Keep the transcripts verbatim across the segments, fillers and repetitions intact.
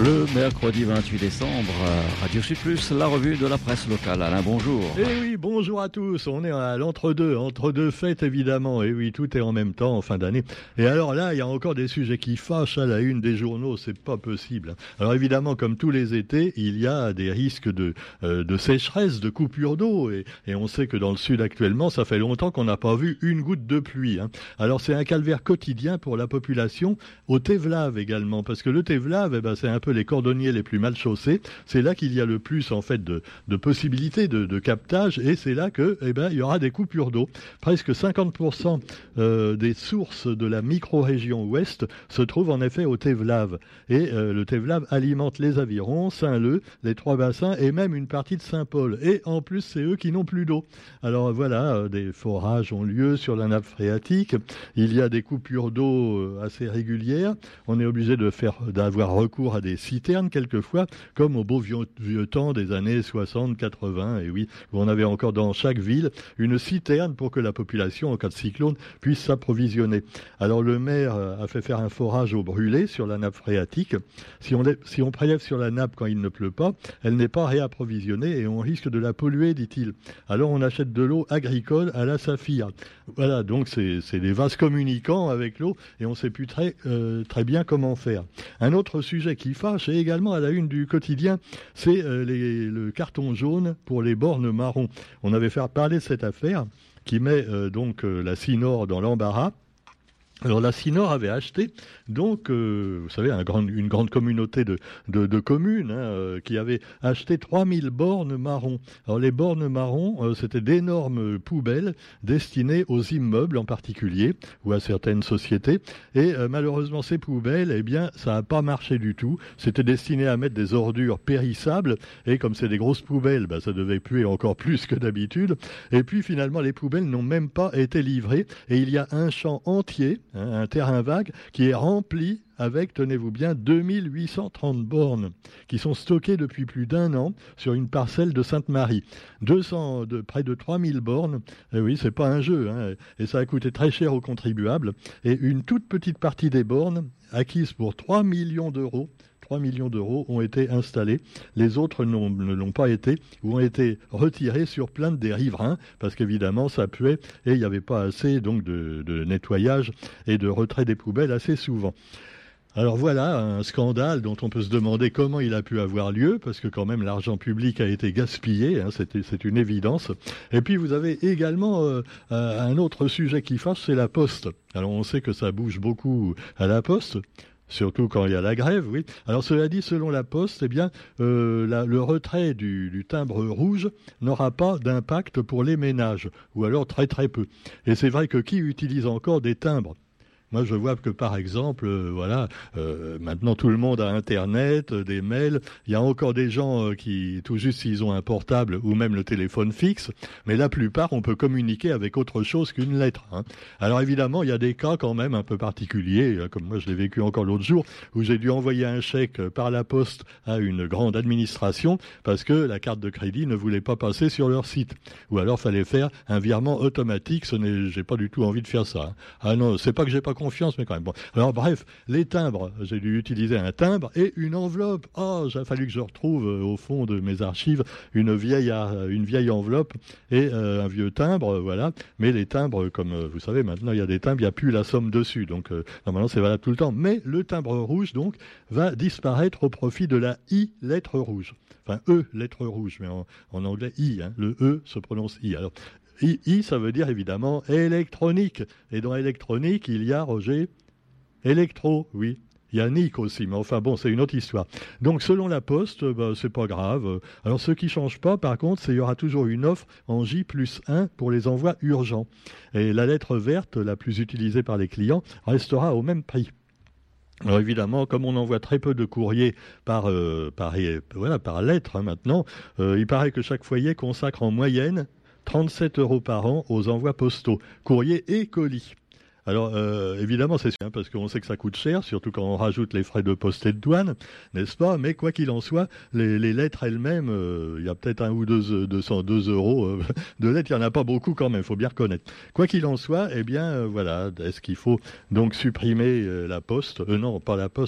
Le mercredi vingt-huit décembre, Radio Sud Plus, la revue de la presse locale. Alain, bonjour. Eh oui, bonjour à tous. On est à l'entre-deux, entre-deux fêtes évidemment. Et oui, tout est en même temps en fin d'année. Et alors là, il y a encore des sujets qui fâchent à la une des journaux. C'est pas possible. Alors évidemment, comme tous les étés, il y a des risques de, euh, de sécheresse, de coupure d'eau. Et, et on sait que dans le sud actuellement, ça fait longtemps qu'on n'a pas vu une goutte de pluie. Hein. Alors c'est un calvaire quotidien pour la population au Tevlav également. Parce que le Tevlav, eh ben, c'est un peu les cordonniers les plus mal chaussés. C'est là qu'il y a le plus en fait de, de possibilités de, de captage et c'est là que eh ben il y aura des coupures d'eau. Presque cinquante pour cent euh, des sources de la micro-région ouest se trouvent en effet au Tevlav et euh, le Tevlav alimente les Avirons, Saint-Leu, les Trois Bassins et même une partie de Saint-Paul. Et en plus c'est eux qui n'ont plus d'eau. Alors voilà, euh, des forages ont lieu sur la nappe phréatique. Il y a des coupures d'eau euh, assez régulières. On est obligé de faire d'avoir recours à des citernes quelquefois, comme au beau vieux, vieux temps des années soixante quatre-vingts, et oui, où on avait encore dans chaque ville une citerne pour que la population, en cas de cyclone, puisse s'approvisionner. Alors le maire a fait faire un forage au brûlé sur la nappe phréatique. Si on, si on prélève sur la nappe quand il ne pleut pas, elle n'est pas réapprovisionnée et on risque de la polluer, dit-il. Alors on achète de l'eau agricole à la Saphir. Voilà, donc c'est, c'est des vases communicants avec l'eau et on ne sait plus très, euh, très bien comment faire. Un autre sujet qui fâche et également à la une du quotidien, c'est euh, les, le carton jaune pour les bornes marron. On avait fait parler de cette affaire qui met euh, donc euh, la Cinor dans l'embarras. Alors la Cinor avait acheté, donc, euh, vous savez, un grand, une grande communauté de, de, de communes hein, euh, qui avait acheté trois mille bornes marron. Alors les bornes marron, euh, c'était d'énormes poubelles destinées aux immeubles en particulier, ou à certaines sociétés. Et euh, malheureusement, ces poubelles, eh bien, ça n'a pas marché du tout. C'était destiné à mettre des ordures périssables, et comme c'est des grosses poubelles, bah, ça devait puer encore plus que d'habitude. Et puis finalement, les poubelles n'ont même pas été livrées, et il y a un champ entier, un terrain vague qui est rempli avec, tenez-vous bien, deux mille huit cent trente bornes qui sont stockées depuis plus d'un an sur une parcelle de Sainte-Marie. deux cents, de, près de trois mille bornes, et oui, c'est pas un jeu, hein, et ça a coûté très cher aux contribuables. Et une toute petite partie des bornes, acquises pour trois millions d'euros, trois millions d'euros ont été installés. Les autres n'ont, ne l'ont pas été ou ont été retirés sur plainte des riverains parce qu'évidemment ça puait et il n'y avait pas assez donc de, de nettoyage et de retrait des poubelles assez souvent. Alors voilà, un scandale dont on peut se demander comment il a pu avoir lieu, parce que quand même l'argent public a été gaspillé, hein, c'est, c'est une évidence. Et puis vous avez également euh, un autre sujet qui fâche, c'est la Poste. Alors on sait que ça bouge beaucoup à la Poste. Surtout quand il y a la grève, oui. Alors cela dit, selon la Poste, eh bien, euh, la, le retrait du, du timbre rouge n'aura pas d'impact pour les ménages, ou alors très très peu. Et c'est vrai que qui utilise encore des timbres ? Moi, je vois que, par exemple, euh, voilà, euh, maintenant tout le monde a Internet, euh, des mails. Il y a encore des gens euh, qui, tout juste s'ils ont un portable ou même le téléphone fixe, mais la plupart, on peut communiquer avec autre chose qu'une lettre. Hein. Alors évidemment, il y a des cas quand même un peu particuliers, hein, comme moi je l'ai vécu encore l'autre jour, où j'ai dû envoyer un chèque par la poste à une grande administration parce que la carte de crédit ne voulait pas passer sur leur site. Ou alors, fallait faire un virement automatique. Ce n'est, j'ai pas du tout envie de faire ça. Hein. Ah non, c'est pas que j'ai pas confiance, mais quand même. Bon. Alors bref, les timbres, j'ai dû utiliser un timbre et une enveloppe. Oh, il a fallu que je retrouve euh, au fond de mes archives une vieille, euh, une vieille enveloppe et euh, un vieux timbre, euh, voilà. Mais les timbres, comme euh, vous savez, maintenant il y a des timbres, il n'y a plus la somme dessus. Donc euh, normalement c'est valable tout le temps. Mais le timbre rouge, donc, va disparaître au profit de la I lettre rouge. Enfin, E lettre rouge, mais en, en anglais I. Hein. Le E se prononce I. Alors, I, I, ça veut dire évidemment électronique. Et dans électronique, il y a, Roger, électro, oui. Il y a Nick aussi, mais enfin bon, c'est une autre histoire. Donc selon la Poste, bah, c'est pas grave. Alors ce qui change pas, par contre, c'est qu'il y aura toujours une offre en J plus un pour les envois urgents. Et la lettre verte, la plus utilisée par les clients, restera au même prix. Alors évidemment, comme on envoie très peu de courriers par, euh, par, voilà, par lettre hein, maintenant, euh, il paraît que chaque foyer consacre en moyenne trente-sept euros par an aux envois postaux, courriers et colis. Alors, euh, évidemment, c'est sûr, hein, parce qu'on sait que ça coûte cher, surtout quand on rajoute les frais de poste et de douane, n'est-ce pas ? Mais quoi qu'il en soit, les, les lettres elles-mêmes, euh, il y a peut-être un ou deux, deux cent deux euros euh, de lettres, il n'y en a pas beaucoup quand même, il faut bien reconnaître. Quoi qu'il en soit, eh bien, euh, voilà, est-ce qu'il faut donc supprimer euh, la poste ? Euh, non, pas la poste.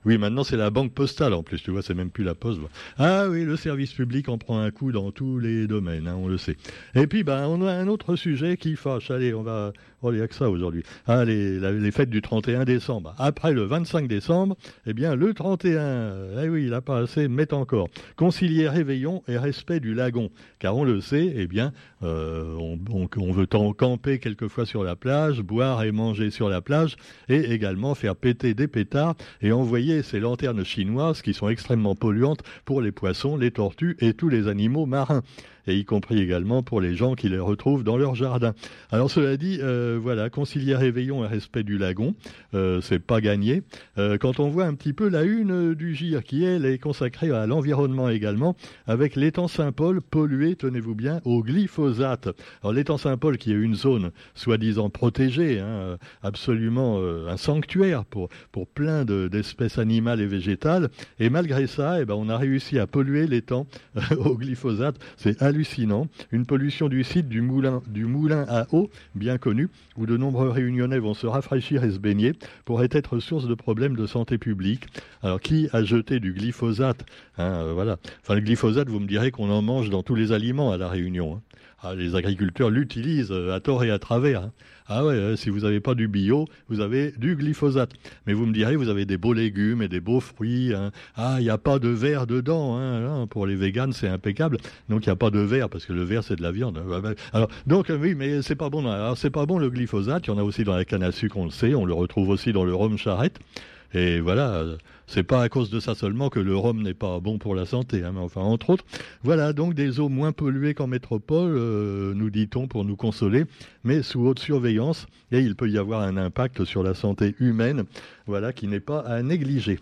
Oui, maintenant c'est la banque postale en plus, tu vois, c'est même plus la poste. Ah oui, le service public en prend un coup dans tous les domaines, hein, on le sait. Et puis, ben, on a un autre sujet qui fâche. Allez, on va... Oh, il n'y a que ça aujourd'hui. Ah, les, la, les fêtes du trente et un décembre. Après le vingt-cinq décembre, eh bien, le trente et un, eh oui, il n'a pas assez, mais encore. Concilier réveillon et respect du lagon. Car on le sait, eh bien, euh, on, on, on veut en camper quelquefois sur la plage, boire et manger sur la plage, et également faire péter des pétards et envoyer ces lanternes chinoises qui sont extrêmement polluantes pour les poissons, les tortues et tous les animaux marins, et y compris également pour les gens qui les retrouvent dans leur jardin. Alors cela dit, euh, voilà, concilier réveillon et respect du lagon, euh, c'est pas gagné. Euh, quand on voit un petit peu la une du G I R, qui elle est consacrée à l'environnement également, avec l'étang Saint-Paul pollué, tenez-vous bien, au glyphosate. Alors l'étang Saint-Paul qui est une zone soi-disant protégée, hein, absolument euh, un sanctuaire pour, pour plein de, d'espèces animales et végétales, et malgré ça, eh ben, on a réussi à polluer l'étang euh, au glyphosate. C'est hallucinant. Une pollution du site du moulin, du moulin à eau, bien connu, où de nombreux réunionnais vont se rafraîchir et se baigner, pourrait être source de problèmes de santé publique. Alors, qui a jeté du glyphosate, hein, euh, voilà. Enfin, le glyphosate, vous me direz qu'on en mange dans tous les aliments à La Réunion, hein. Ah, les agriculteurs l'utilisent à tort et à travers, hein. Ah ouais, euh, si vous n'avez pas du bio, vous avez du glyphosate. Mais vous me direz, vous avez des beaux légumes et des beaux fruits, hein. Ah, il n'y a pas de verre dedans, hein. Pour les véganes, c'est impeccable. Donc, il n'y a pas de verre, parce que le verre, c'est de la viande. Alors, donc, euh, oui, mais c'est pas bon. Alors, c'est pas bon le glyphosate. Il y en a aussi dans la canne à sucre, on le sait. On le retrouve aussi dans le rhum charrette. Et voilà, c'est pas à cause de ça seulement que le rhum n'est pas bon pour la santé, hein, mais enfin, entre autres, voilà, donc des eaux moins polluées qu'en métropole, euh, nous dit-on, pour nous consoler, mais sous haute surveillance, et il peut y avoir un impact sur la santé humaine, voilà, qui n'est pas à négliger.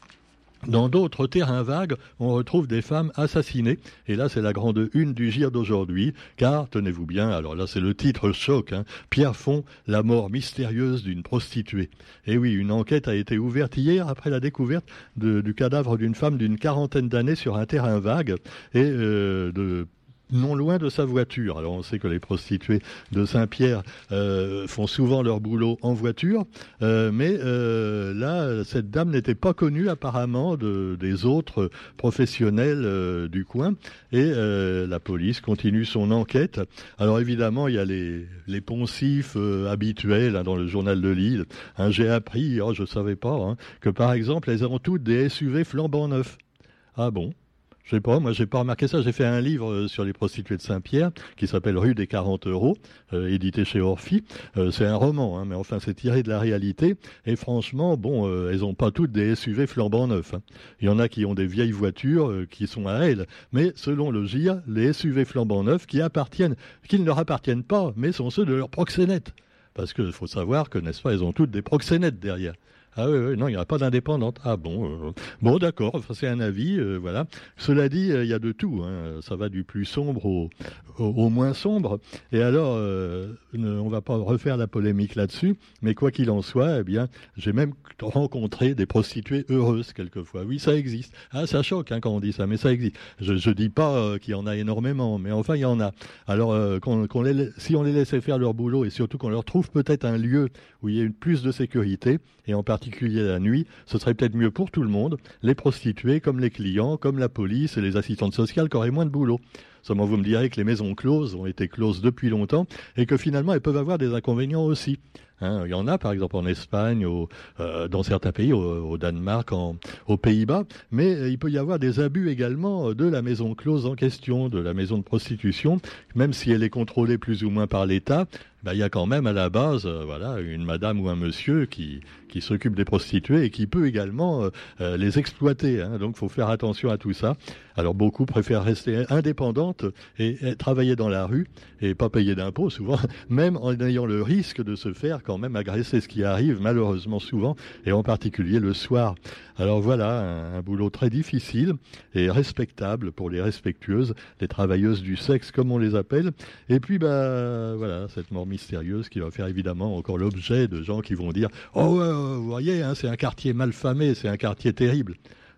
Dans d'autres terrains vagues, on retrouve des femmes assassinées. Et là, c'est la grande une du G I R d'aujourd'hui. Car, tenez-vous bien, alors là, c'est le titre choc, hein, Pierrefonds, la mort mystérieuse d'une prostituée. Et oui, une enquête a été ouverte hier après la découverte de, du cadavre d'une femme d'une quarantaine d'années sur un terrain vague et euh, de non loin de sa voiture. Alors on sait que les prostituées de Saint-Pierre euh, font souvent leur boulot en voiture, euh, mais euh, là, cette dame n'était pas connue apparemment de, des autres professionnels euh, du coin, et euh, la police continue son enquête. Alors évidemment, il y a les, les poncifs euh, habituels, hein, dans le journal de Lille. Hein, j'ai appris, oh, je ne savais pas, hein, que par exemple, elles ont toutes des S U V flambant neufs. Ah bon ? Je sais pas, moi j'ai pas remarqué ça. J'ai fait un livre sur les prostituées de Saint-Pierre qui s'appelle Rue des quarante euros, euh, édité chez Orphy. Euh, c'est un roman, hein, mais enfin c'est tiré de la réalité. Et franchement, bon, euh, elles ont pas toutes des S U V flambant neufs, hein. Il y en a qui ont des vieilles voitures euh, qui sont à elles. Mais selon le G I R, les S U V flambant neufs qui appartiennent, qui ne leur appartiennent pas, mais sont ceux de leurs proxénètes. Parce qu'il faut savoir que, n'est-ce pas, elles ont toutes des proxénètes derrière. Ah oui, oui, non, il n'y a pas d'indépendante. Ah bon, euh, bon d'accord, enfin, c'est un avis, euh, voilà. Cela dit, euh, il y a de tout, hein. Ça va du plus sombre au, au, au moins sombre. Et alors, euh, ne, on va pas refaire la polémique là-dessus, mais quoi qu'il en soit, eh bien, j'ai même rencontré des prostituées heureuses quelquefois. Oui, ça existe. Ah, ça choque, hein, quand on dit ça, mais ça existe. Je ne dis pas euh, qu'il y en a énormément, mais enfin, il y en a. Alors, euh, qu'on, qu'on les, si on les laissait faire leur boulot, et surtout qu'on leur trouve peut-être un lieu où il y a une plus de sécurité, et en particulier la nuit, ce serait peut-être mieux pour tout le monde, les prostituées comme les clients, comme la police et les assistantes sociales qui auraient moins de boulot. Seulement, vous me direz que les maisons closes ont été closes depuis longtemps et que finalement, elles peuvent avoir des inconvénients aussi. Hein, il y en a, par exemple, en Espagne, au, euh, dans certains pays, au, au Danemark, en, aux Pays-Bas, mais euh, il peut y avoir des abus également de la maison close en question, de la maison de prostitution, même si elle est contrôlée plus ou moins par l'État. Ben, il y a quand même à la base, euh, voilà, une madame ou un monsieur qui, qui s'occupe des prostituées et qui peut également euh, euh, les exploiter. Hein, donc, il faut faire attention à tout ça. Alors, beaucoup préfèrent rester indépendantes et, et travailler dans la rue et pas payer d'impôts souvent, même en ayant le risque de se faire quand même agresser, ce qui arrive malheureusement souvent, et en particulier le soir. Alors voilà, un, un boulot très difficile et respectable pour les respectueuses, les travailleuses du sexe comme on les appelle. Et puis, bah voilà, cette mort mystérieuse qui va faire évidemment encore l'objet de gens qui vont dire « Oh, ouais, vous voyez, hein, c'est un quartier mal famé, c'est un quartier terrible ».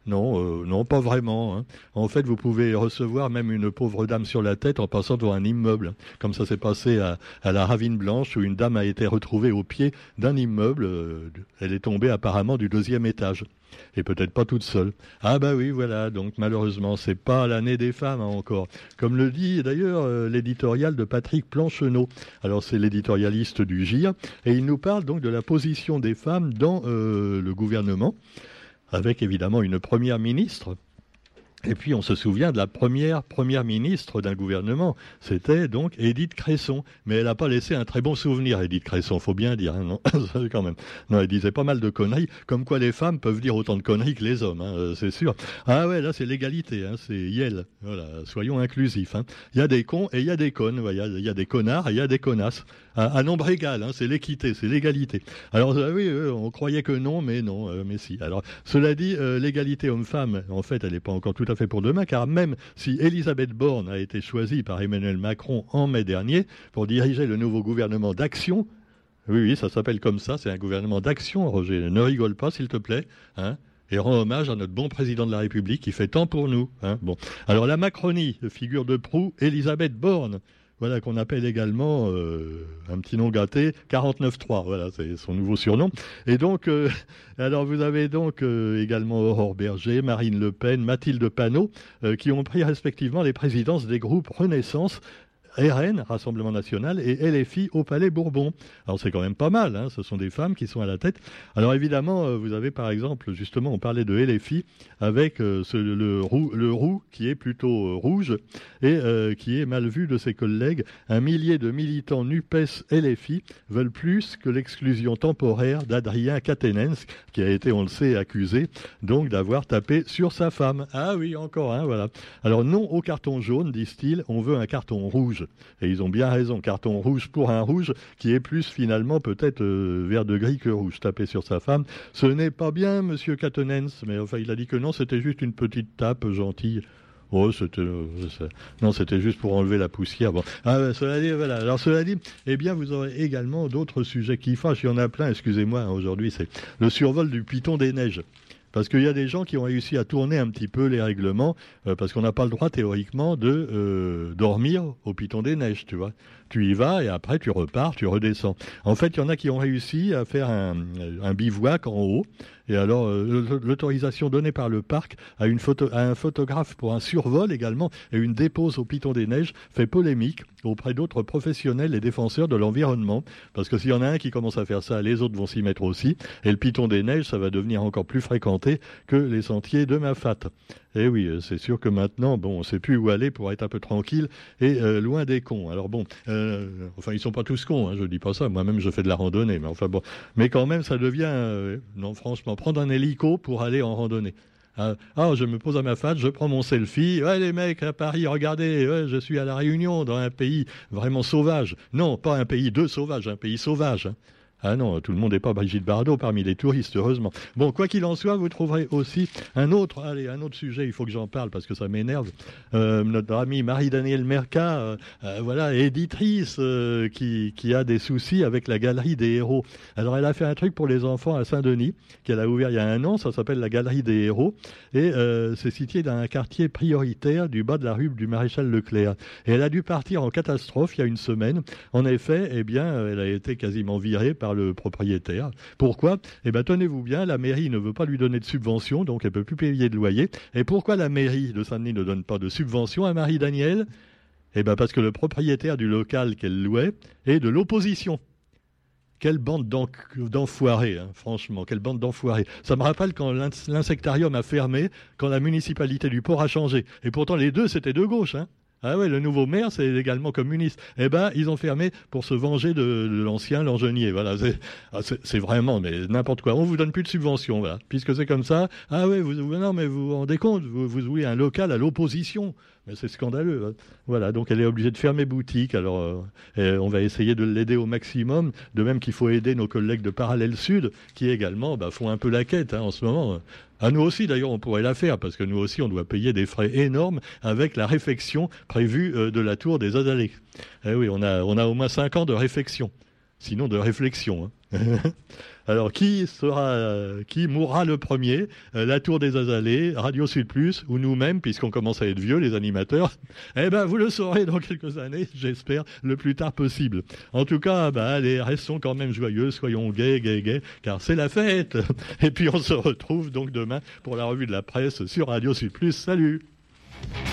Non, euh, non, pas vraiment. Hein. En fait, vous pouvez recevoir même une pauvre dame sur la tête en passant devant un immeuble, comme ça s'est passé à, à la Ravine Blanche, où une dame a été retrouvée au pied d'un immeuble. Euh, elle est tombée apparemment du deuxième étage. Et peut-être pas toute seule. Ah bah oui, voilà, donc malheureusement, c'est pas l'année des femmes hein, encore. Comme le dit d'ailleurs euh, l'éditorial de Patrick Plancheneau. Alors c'est l'éditorialiste du J I R, et il nous parle donc de la position des femmes dans euh, le gouvernement, avec évidemment une première ministre. Et puis on se souvient de la première première ministre d'un gouvernement, c'était donc Édith Cresson. Mais elle n'a pas laissé un très bon souvenir, Édith Cresson, faut bien dire, hein, non quand même. Non, elle disait pas mal de conneries, comme quoi les femmes peuvent dire autant de conneries que les hommes, hein, c'est sûr. Ah ouais, là c'est l'égalité, hein, c'est Yel. Voilà, soyons inclusifs. Hein. Il y a des cons et il y a des connes, il y, a, il y a des connards et il y a des connasses. À, à nombre égal, hein, c'est l'équité, c'est l'égalité. Alors euh, oui, euh, on croyait que non, mais non, euh, mais si. Alors cela dit, euh, l'égalité homme-femme, en fait, elle n'est pas encore tout à fait pour demain, car même si Elisabeth Borne a été choisie par Emmanuel Macron en mai dernier pour diriger le nouveau gouvernement d'action, oui, oui, ça s'appelle comme ça, c'est un gouvernement d'action, Roger, ne rigole pas s'il te plaît, hein, et rend hommage à notre bon président de la République qui fait tant pour nous. Hein. Bon. Alors la Macronie, figure de proue, Elisabeth Borne, voilà, qu'on appelle également, euh, un petit nom gâté, quarante-neuf trois, voilà, c'est son nouveau surnom. Et donc, euh, alors vous avez donc euh, également Aurore Berger, Marine Le Pen, Mathilde Panot, euh, qui ont pris respectivement les présidences des groupes Renaissance, R N, Rassemblement National, et L F I au Palais Bourbon. Alors c'est quand même pas mal, hein, ce sont des femmes qui sont à la tête. Alors évidemment, euh, vous avez par exemple, justement, on parlait de L F I, avec euh, ce, le, roux, le roux qui est plutôt euh, rouge, et euh, qui est mal vu de ses collègues. Un millier de militants NUPES L F I veulent plus que l'exclusion temporaire d'Adrien Quatennens, qui a été, on le sait, accusé, donc d'avoir tapé sur sa femme. Ah oui, encore, hein, voilà. Alors non au carton jaune, disent-ils, on veut un carton rouge. Et ils ont bien raison, carton rouge pour un rouge qui est plus finalement peut-être euh, vert de gris que rouge, taper sur sa femme. Ce n'est pas bien, monsieur Quatennens, mais enfin il a dit que non, c'était juste une petite tape gentille. Oh, c'était, euh, non, c'était juste pour enlever la poussière. Bon. Ah, cela dit, voilà. Alors, cela dit, eh bien, vous aurez également d'autres sujets qui fâchent. Il y en a plein, excusez-moi, hein, aujourd'hui, c'est le survol du Piton des Neiges. Parce qu'il y a des gens qui ont réussi à tourner un petit peu les règlements, euh, parce qu'on n'a pas le droit théoriquement de euh, dormir au Piton des Neiges, tu vois. Tu y vas et après tu repars, tu redescends. En fait, il y en a qui ont réussi à faire un, un bivouac en haut. Et alors, euh, l'autorisation donnée par le parc à, une photo, à un photographe pour un survol également et une dépose au Piton des Neiges fait polémique auprès d'autres professionnels et défenseurs de l'environnement. Parce que s'il y en a un qui commence à faire ça, les autres vont s'y mettre aussi. Et le Piton des Neiges, ça va devenir encore plus fréquenté que les sentiers de Mafat. Et oui, c'est sûr que maintenant, bon, on ne sait plus où aller pour être un peu tranquille et euh, loin des cons. Alors bon, euh, enfin, ils sont pas tous cons, hein, je dis pas ça. Moi-même, je fais de la randonnée, mais enfin bon. Mais quand même, ça devient, euh, non, franchement, prendre un hélico pour aller en randonnée. Ah, ah, je me pose à ma fat, je prends mon selfie. Ouais, les mecs, à Paris, regardez, ouais, je suis à La Réunion, dans un pays vraiment sauvage. Non, pas un pays de sauvages, un pays sauvage. Hein. Ah non, tout le monde n'est pas Brigitte Bardot parmi les touristes, heureusement. Bon, quoi qu'il en soit, vous trouverez aussi un autre, allez, un autre sujet, il faut que j'en parle parce que ça m'énerve. Euh, notre amie Marie-Danielle Mercat, euh, euh, voilà, éditrice euh, qui, qui a des soucis avec la Galerie des Héros. Alors, elle a fait un truc pour les enfants à Saint-Denis, qu'elle a ouvert il y a un an, ça s'appelle la Galerie des Héros, et euh, c'est situé dans un quartier prioritaire du bas de la rue du Maréchal Leclerc. Et elle a dû partir en catastrophe il y a une semaine. En effet, eh bien, elle a été quasiment virée par le propriétaire. Pourquoi ? Eh bien, tenez-vous bien, la mairie ne veut pas lui donner de subvention, donc elle ne peut plus payer de loyer. Et pourquoi la mairie de Saint-Denis ne donne pas de subvention à Marie-Danielle ? Eh bien, parce que le propriétaire du local qu'elle louait est de l'opposition. Quelle bande d'enfoirés, hein, franchement, quelle bande d'enfoirés. Ça me rappelle quand l'insectarium a fermé, quand la municipalité du port a changé. Et pourtant, les deux, c'était de gauche, hein. Ah ouais, le nouveau maire, c'est également communiste. Eh ben, ils ont fermé pour se venger de, de l'ancien Langenier. Voilà, c'est vraiment, mais n'importe quoi. On vous donne plus de subventions, voilà. Puisque c'est comme ça. Ah ouais, vous, non, mais vous vous rendez compte, vous, vous louez un local à l'opposition. Mais c'est scandaleux. Hein. Voilà, donc elle est obligée de fermer boutique. Alors, euh, on va essayer de l'aider au maximum. De même qu'il faut aider nos collègues de Parallèle Sud, qui également bah, font un peu la quête hein, en ce moment. À nous aussi, d'ailleurs, on pourrait la faire, parce que nous aussi, on doit payer des frais énormes avec la réfection prévue euh, de la tour des Azalées. Eh oui, on a, on a au moins cinq ans de réfection. sinon de réflexion. Hein. Alors, qui sera, euh, qui mourra le premier euh, La Tour des Azalées, Radio Sud Plus, ou nous-mêmes, puisqu'on commence à être vieux, les animateurs. Eh ben, vous le saurez dans quelques années, j'espère, le plus tard possible. En tout cas, bah, allez, restons quand même joyeux, soyons gays, gays, gays, car c'est la fête. Et puis, on se retrouve donc demain pour la revue de la presse sur Radio Sud Plus. Salut!